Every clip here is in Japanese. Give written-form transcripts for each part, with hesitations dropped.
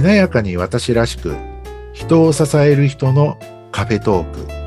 華やかに私らしく、人を支える人のカフェトーク。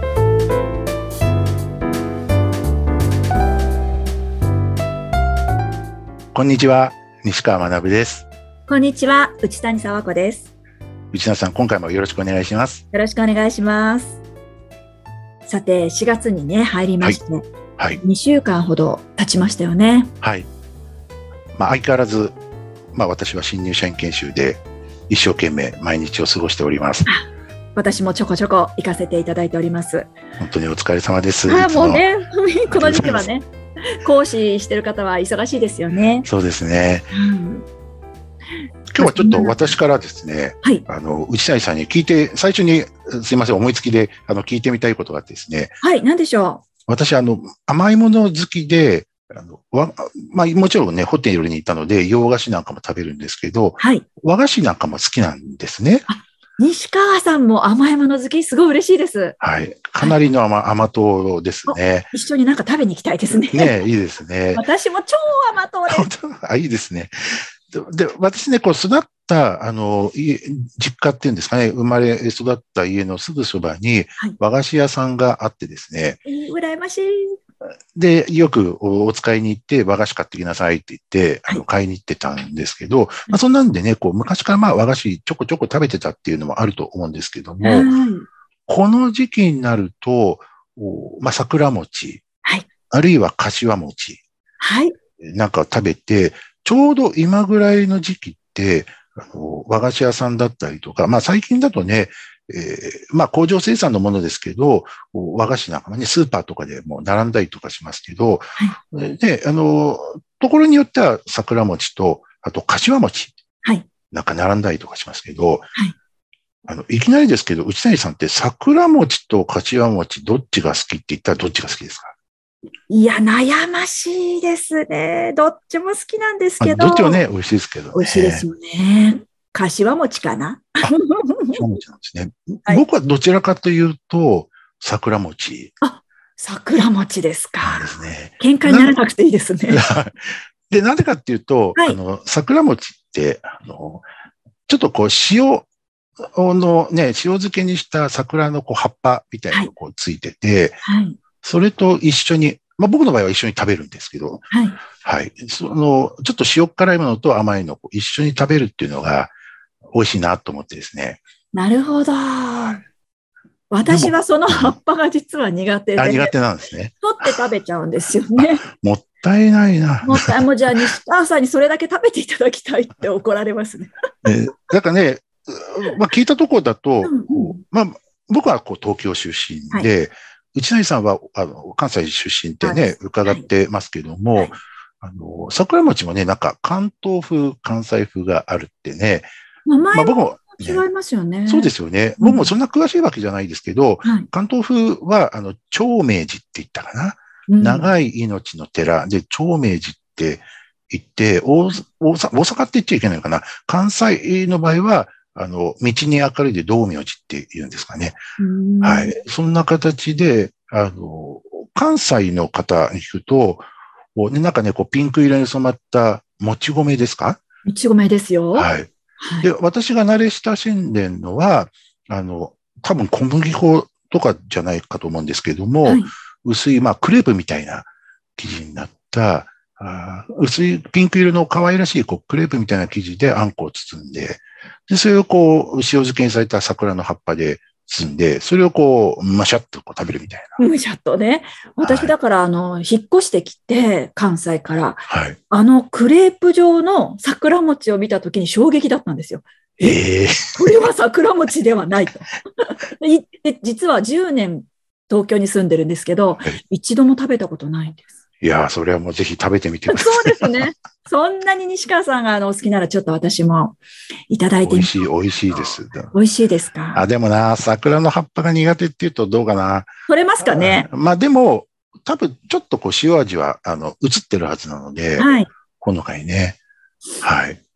こんにちは、西川学です。 こんにちは、内谷佐和子です。 内田さん、今回もよろしくお願いします。 よろしくお願いします。さて、4月にね、入りまして、はい、2週間ほど経ちましたよね。 はい。相変わらず、私は新入社員研修で一生懸命毎日を過ごしております。 私もちょこちょこ行かせていただいております。 本当にお疲れ様です。 もうね、この時期はね、講師してる方は忙しいですよね。 そうですね。今日はちょっと私からですね、はい、内谷さんに聞いて、最初にすいません、思いつきで聞いてみたいことがあってですね。 はい、何でしょう。 私、甘いもの好きで、もちろんね、ホテルに行ったので、洋菓子なんかも食べるんですけど、はい、和菓子なんかも好きなんですね。 西川さんも甘いもの好き、すごい嬉しいです。 はい。かなりの甘党ですね。 一緒になんか食べに行きたいですね。 ね、いいですね。 私も超甘党です。 いいですね。で、私ね、育った、実家っていうんですかね、生まれ育った家のすぐそばに、和菓子屋さんがあってですね。 羨ましい。 で、よくお使いに行って和菓子買ってきなさいって言って、買いに行ってたんですけど、そんなんでね、昔から和菓子ちょこちょこ食べてたっていうのもあると思うんですけども、この時期になると、桜餅、あるいは柏餅、なんか食べて、ちょうど今ぐらいの時期って、和菓子屋さんだったりとか、最近だとね、工場生産のものですけど、和菓子なんかもね、スーパーとかでもう並んだりとかしますけど、で、ところによっては桜餅と、あと柏餅、なんか並んだりとかしますけど、いきなりですけど、内谷さんって桜餅と柏餅どっちが好きって言ったらどっちが好きですか？ いや、悩ましいですね。どっちも好きなんですけど。 どっちもね、美味しいですけどね。 美味しいですよね。柏餅かな？ 柏餅なんですね。僕はどちらかというと、桜餅。 桜餅ですか。 ですね。 喧嘩にならなくていいですね。 で、なんでかっていうと、桜餅って、ちょっと塩のね、塩漬けにした桜の葉っぱみたいなのがついてて、それと一緒に、僕の場合は一緒に食べるんですけど、ちょっと塩辛いものと甘いのを一緒に食べるっていうのが美味しいなと思ってですね。 なるほど。私はその葉っぱが実は苦手で。 苦手なんですね。 取って食べちゃうんですよね。 もったいないな。 もうじゃあ西川さんにそれだけ食べていただきたいって怒られますね。 だからね、聞いたところだと、僕は東京出身で、内谷さんは関西出身ってね、伺ってますけども、桜餅もね、なんか関東風、関西風があるってね。 僕も違いますよね。 そうですよね。僕もそんな詳しいわけじゃないですけど、関東風は、長明寺って言ったかな。長い命の寺で、長明寺って言って、大阪って言っちゃいけないのかな。関西の場合は、道に明るいで道明寺って言うんですかね。はい。そんな形で、関西の方に聞くと、なんかね、ピンク色に染まったもち米ですか？ もち米ですよ。 はい。で、私が慣れ親しんでるのは、多分小麦粉とかじゃないかと思うんですけども、薄い、クレープみたいな生地になった、薄いピンク色の可愛らしいクレープみたいな生地であんこを包んで、で、それを塩漬けにされた桜の葉っぱで包んで、それをマシャッと食べるみたいな。 むしゃっとね。私だから、引っ越してきて、関西から、クレープ状の桜餅を見たときに衝撃だったんですよ。これは桜餅ではないと。で実は10年東京に住んでるんですけど、一度も食べたことないんです。 いや、それはもうぜひ食べてみてください。 そうですね。そんなに西川さんがお好きならちょっと私もいただいてみて。 美味しいです。 美味しいですか？ でもな、桜の葉っぱが苦手って言うとどうかな。 取れますかね？ でも、多分ちょっと塩味は、移ってるはずなので、ほのかにね。はい。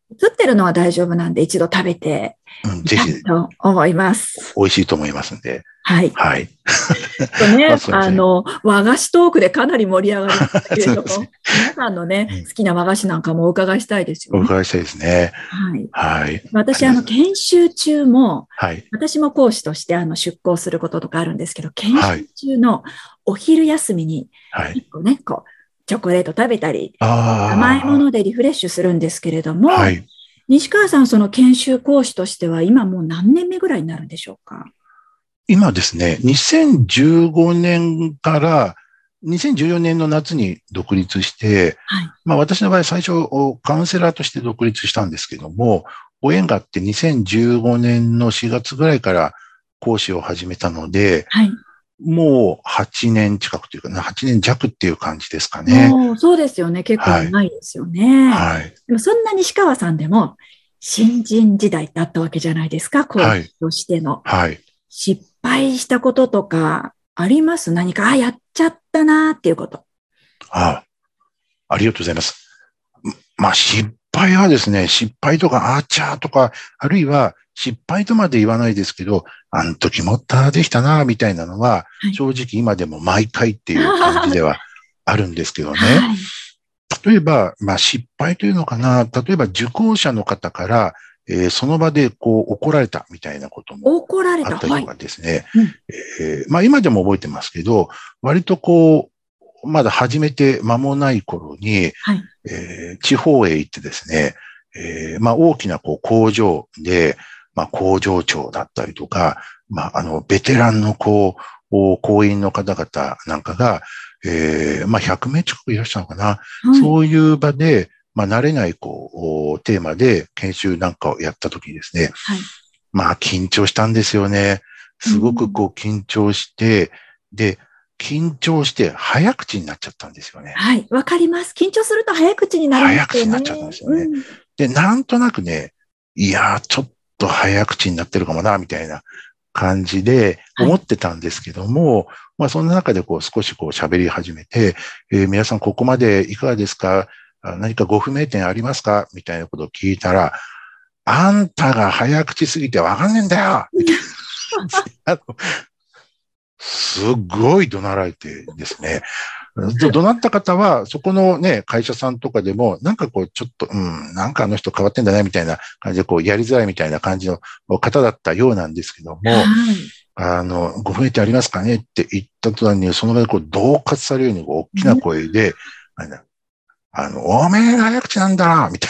映ってるのは大丈夫なんで、一度食べてぜひ。 と思います。 美味しいと思いますんで。 はい。 はい。 ね、和菓子トークでかなり盛り上がりましたけれども、皆さんのね、好きな和菓子なんかもお伺いしたいですよね。 お伺いしたいですね。 はい。 はい。 私、研修中も、 はい。 私も講師として出向することとかあるんですけど、研修中のお昼休みに、結構ね、チョコレート食べたり、甘いものでリフレッシュするんですけれども、はい、西川さん、その研修講師としては、今もう何年目ぐらいになるんでしょうか？ 今ですね、2015年から2014年の夏に独立して、はい、私の場合最初カウンセラーとして独立したんですけども、ご縁があって2015年の4月ぐらいから講師を始めたので、はい、もう8年近くというか、8年弱っていう感じですかね。 そうですよね。結構長いですよね。 はい。 でもそんな西川さんでも新人時代ってあったわけじゃないですか、講師としての。はい。失敗したこととかあります？何か、やっちゃったなっていうこと。 ありがとうございます。失敗はですね、失敗とか、ちゃーとか、あるいは失敗とまで言わないですけど、あの時もったできたな、みたいなのは、正直今でも毎回っていう感じではあるんですけどね。はい、例えば、失敗というのかな、例えば受講者の方から、その場で怒られたみたいなこともあったりとかですね。今でも覚えてますけど、割とまだ始めて間もない頃に、はい、地方へ行ってですね、大きな工場で、工場長だったりとか、ベテランの工員の方々なんかが、100名近くいらっしゃるのかな。はい、そういう場で、慣れないテーマで研修なんかをやったときにですね、はい、緊張したんですよね。すごく緊張して、で、緊張して早口になっちゃったんですよね。 はい、わかります。緊張すると早口になりますよね。 早口になっちゃったんですよね。で、なんとなくね、ちょっと早口になってるかもな、みたいな感じで思ってたんですけども、はい、そんな中で少し喋り始めて、皆さんここまでいかがですか？何かご不明点ありますか？みたいなことを聞いたら、あんたが早口すぎてわかんねえんだよみたいな。すっごい怒鳴られてですね。怒鳴った方は、そこのね、会社さんとかでも、なんかちょっと、なんかあの人変わってんだね、みたいな感じで、やりづらいみたいな感じの方だったようなんですけども、ご不明点ありますかねって言った途端に、その場で恫喝されるように大きな声で、おめえが早口なんだな、みたい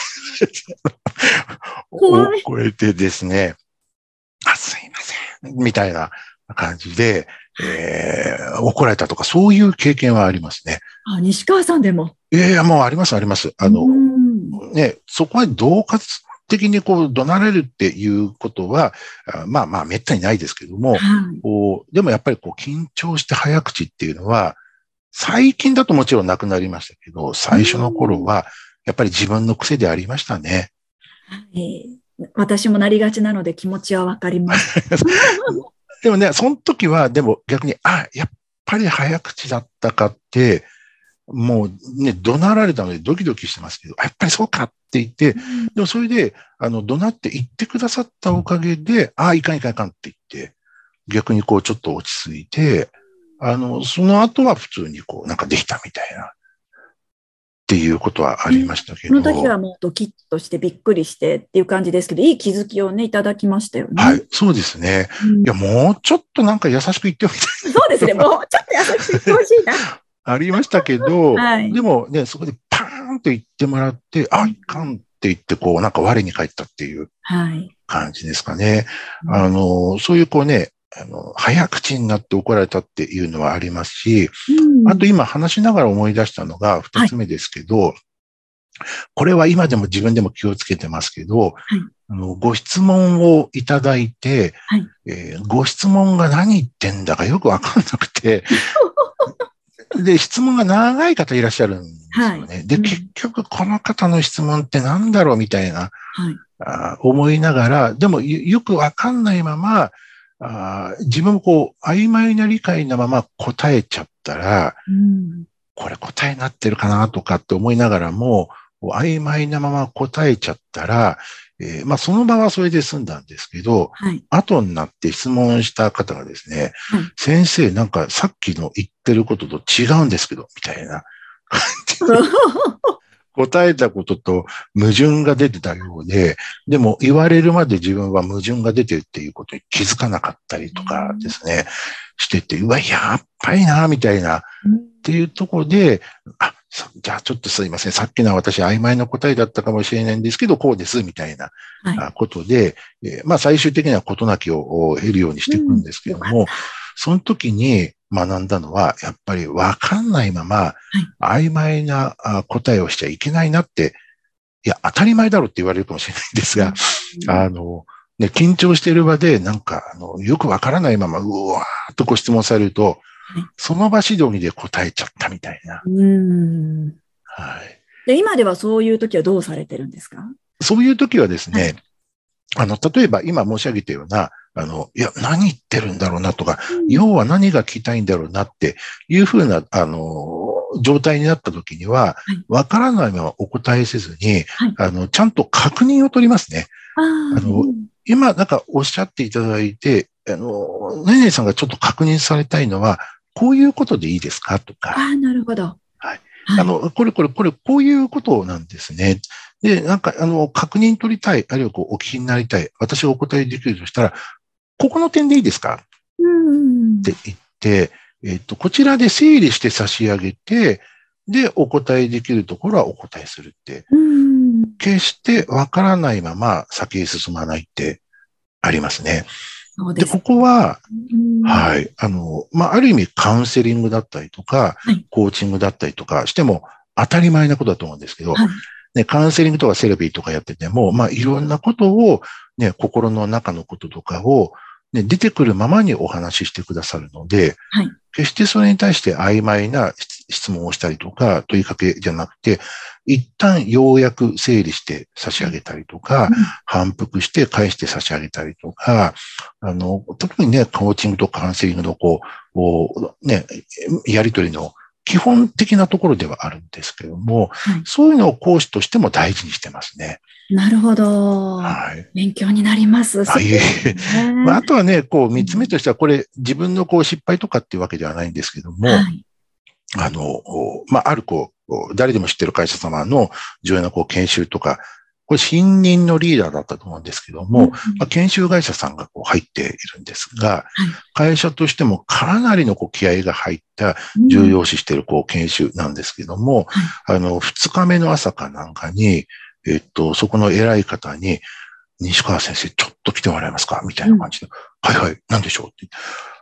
な。声でですね、すいません、みたいな感じで、怒られたとか、そういう経験はありますね。 西川さんでも。 もうあります、あります。そこは恫喝的に怒鳴られるっていうことは、めったにないですけども、はい、でもやっぱり緊張して早口っていうのは、最近だともちろんなくなりましたけど、最初の頃は、やっぱり自分の癖でありましたね。 私もなりがちなので気持ちはわかります。 でもね、その時は、でも逆に、やっぱり早口だったかって、もうね、怒鳴られたのでドキドキしてますけど、やっぱりそうかって言って、でもそれで、怒鳴って言ってくださったおかげで、いかんいかんいかんって言って、逆にちょっと落ち着いて、その後は普通になんかできたみたいな、っていうことはありましたけど。 その時はもうドキッとしてびっくりしてっていう感じですけど、いい気づきをね、いただきましたよね。 はい、そうですね。いや、もうちょっとなんか優しく言っておきたい。 そうですね、もうちょっと優しく言ってほしいな。 ありましたけど、はい、でもね、そこでパーンと言ってもらって、いかんって言って、なんか我に返ったっていう感じですかね。はい、そういうね、早口になって怒られたっていうのはありますし、あと今話しながら思い出したのが二つ目ですけど、はい、これは今でも自分でも気をつけてますけど、はい、ご質問をいただいて、はい、ご質問が何言ってんだかよくわかんなくて、で、質問が長い方いらっしゃるんですよね。はい、で、結局この方の質問って何だろうみたいな、はい、思いながら、でもよくわかんないまま、自分も曖昧な理解のまま答えちゃったら、これ答えになってるかなとかって思いながらも、 曖昧なまま答えちゃったら、その場はそれで済んだんですけど、 はい。 後になって質問した方がですね、 はい。 先生、なんかさっきの言ってることと違うんですけど、みたいな。答えたことと矛盾が出てたようで、でも言われるまで自分は矛盾が出てるっていうことに気づかなかったりとかですね、してて、うわ、やっぱりな、みたいな、っていうところで、じゃあちょっとすいません、さっきのは私曖昧な答えだったかもしれないんですけど、こうです、みたいなことで、最終的には事なきを得るようにしていくんですけども、その時に学んだのは、やっぱりわかんないまま、曖昧な答えをしちゃいけないなって、いや、当たり前だろって言われるかもしれないんですが、緊張している場で、なんか、よくわからないまま、うわーっとご質問されると、その場しどりで答えちゃったみたいな。 はい。で、今ではそういう時はどうされてるんですか？ そういう時はですね、例えば今申し上げたような、いや、何言ってるんだろうなとか、要は何が聞きたいんだろうなっていうふうな、状態になった時には、わからないままお答えせずに、ちゃんと確認を取りますね。今、なんかおっしゃっていただいて、ねねさんがちょっと確認されたいのは、こういうことでいいですかとか。 なるほど。 はい。これ、こういうことなんですね。で、なんか、確認取りたい、あるいはお聞きになりたい、私がお答えできるとしたら、ここの点でいいですかって言って、こちらで整理して差し上げて、で、お答えできるところはお答えするって、決してわからないまま先へ進まないってありますね。で、ここは、はい。ある意味カウンセリングだったりとか、コーチングだったりとかしても当たり前なことだと思うんですけど、ね、カウンセリングとかセラピーとかやってても、いろんなことを、ね、心の中のこととかを、ね、出てくるままにお話ししてくださるので、決してそれに対して曖昧な質問をしたりとか、問いかけじゃなくて、一旦ようやく整理して差し上げたりとか、反復して返して差し上げたりとか、特にね、コーチングとかカウンセリングのやりとりの基本的なところではあるんですけども、そういうのを講師としても大事にしてますね。 なるほど。勉強になります。 あとはね、三つ目としては、これ自分の失敗とかっていうわけではないんですけども、ある誰でも知ってる会社様の重要な研修とか、これ新任のリーダーだったと思うんですけども、研修会社さんが入っているんですが、会社としてもかなりの気合が入った重要視している研修なんですけども、2日目の朝かなんかに、そこの偉い方に、西川先生ちょっと来てもらえますかみたいな感じで、はい、何でしょうって。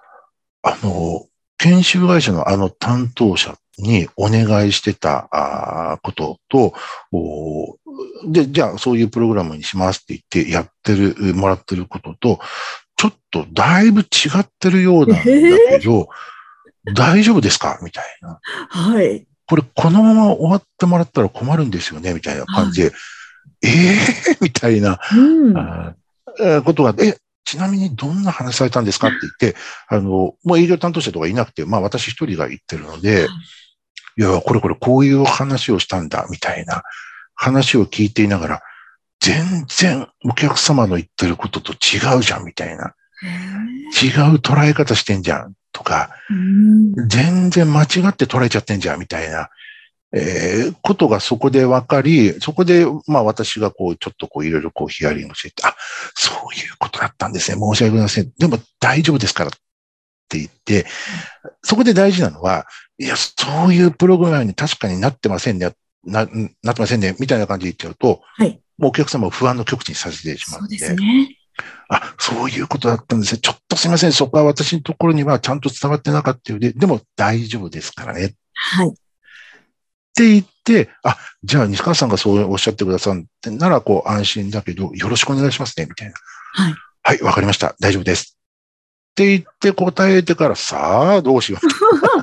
研修会社の担当者にお願いしてたことと、で、じゃあそういうプログラムにしますって言ってやってもらってることと、ちょっとだいぶ違ってるようなんだけど、大丈夫ですかみたいな。 はい。 これこのまま終わってもらったら困るんですよねみたいな感じで、みたいな、ことが、ちなみにどんな話されたんですかって言って、もう営業担当者とかいなくて、私一人が言ってるので、いや、これこういう話をしたんだ、みたいな話を聞いていながら、全然お客様の言ってることと違うじゃん、みたいな。違う捉え方してんじゃん、とか、全然間違って捉えちゃってんじゃん、みたいな。ことがそこで分かり、そこで、私がちょっといろいろヒアリングして、そういうことだったんですね。申し訳ございません。でも大丈夫ですからって言って、そこで大事なのは、いや、そういうプログラムに確かになってませんね、なってませんね、みたいな感じで言っちゃうと、もうお客様を不安の極地にさせてしまうので。そうですね。そういうことだったんですね。ちょっとすいません。そこは私のところにはちゃんと伝わってなかったようで、でも大丈夫ですからね。 はい。 って言って、じゃあ西川さんがそうおっしゃってくださってなら安心だけど、よろしくお願いしますね、みたいな。はい、わかりました。大丈夫です。って言って答えてから、さあ、どうしよう。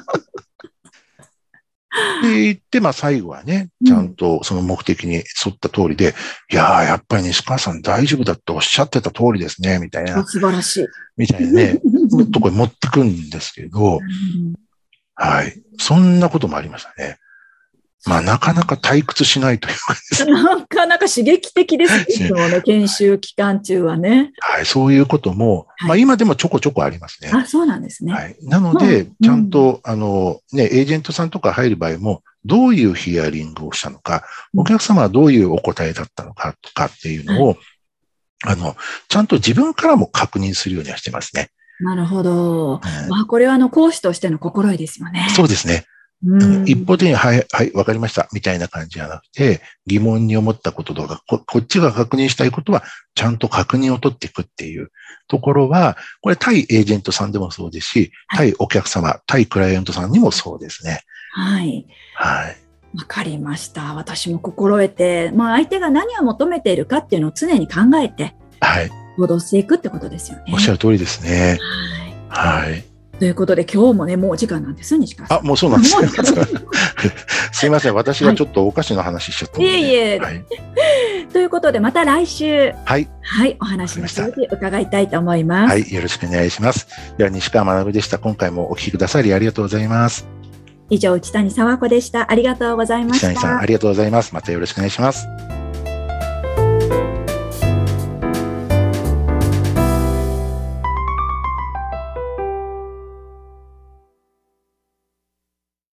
って言って、最後はね、ちゃんとその目的に沿った通りで、いやー、やっぱり西川さん大丈夫だっておっしゃってた通りですね、みたいな。 素晴らしい。 みたいなね、とこに持ってくんですけど、はい。そんなこともありましたね。 なかなか退屈しないというかですね。 なかなか刺激的ですね。いつもね、研修期間中はね。 はい、そういうことも、今でもちょこちょこありますね。 あ、そうなんですね。 はい。なので、ちゃんと、エージェントさんとか入る場合も、どういうヒアリングをしたのか、お客様はどういうお答えだったのかとかっていうのを、ちゃんと自分からも確認するようにはしてますね。 なるほど。これは講師としての心得ですよね。 そうですね。一方的に、はい、わかりました、みたいな感じじゃなくて、疑問に思ったこととか、こっちが確認したいことは、ちゃんと確認を取っていくっていうところは、これ対エージェントさんでもそうですし、対お客様、対クライアントさんにもそうですね。 はい。 はい。 わかりました。私も心得て、相手が何を求めているかっていうのを常に考えて、 はい。 行動していくってことですよね。 おっしゃる通りですね。はい。はい。 ということで、今日もね、もうお時間なんです、西川さん。 もうそうなんですね。すいません。私がちょっとお菓子の話しちゃったので。 いえいえ。はい、ということで、また来週、 はい。 はい、お話の続き伺いたいと思います。 はい。よろしくお願いします。では、西川学でした。今回もお聞きくださりありがとうございます。 以上、内谷佐和子でした。ありがとうございました。 内谷さん、ありがとうございます。またよろしくお願いします。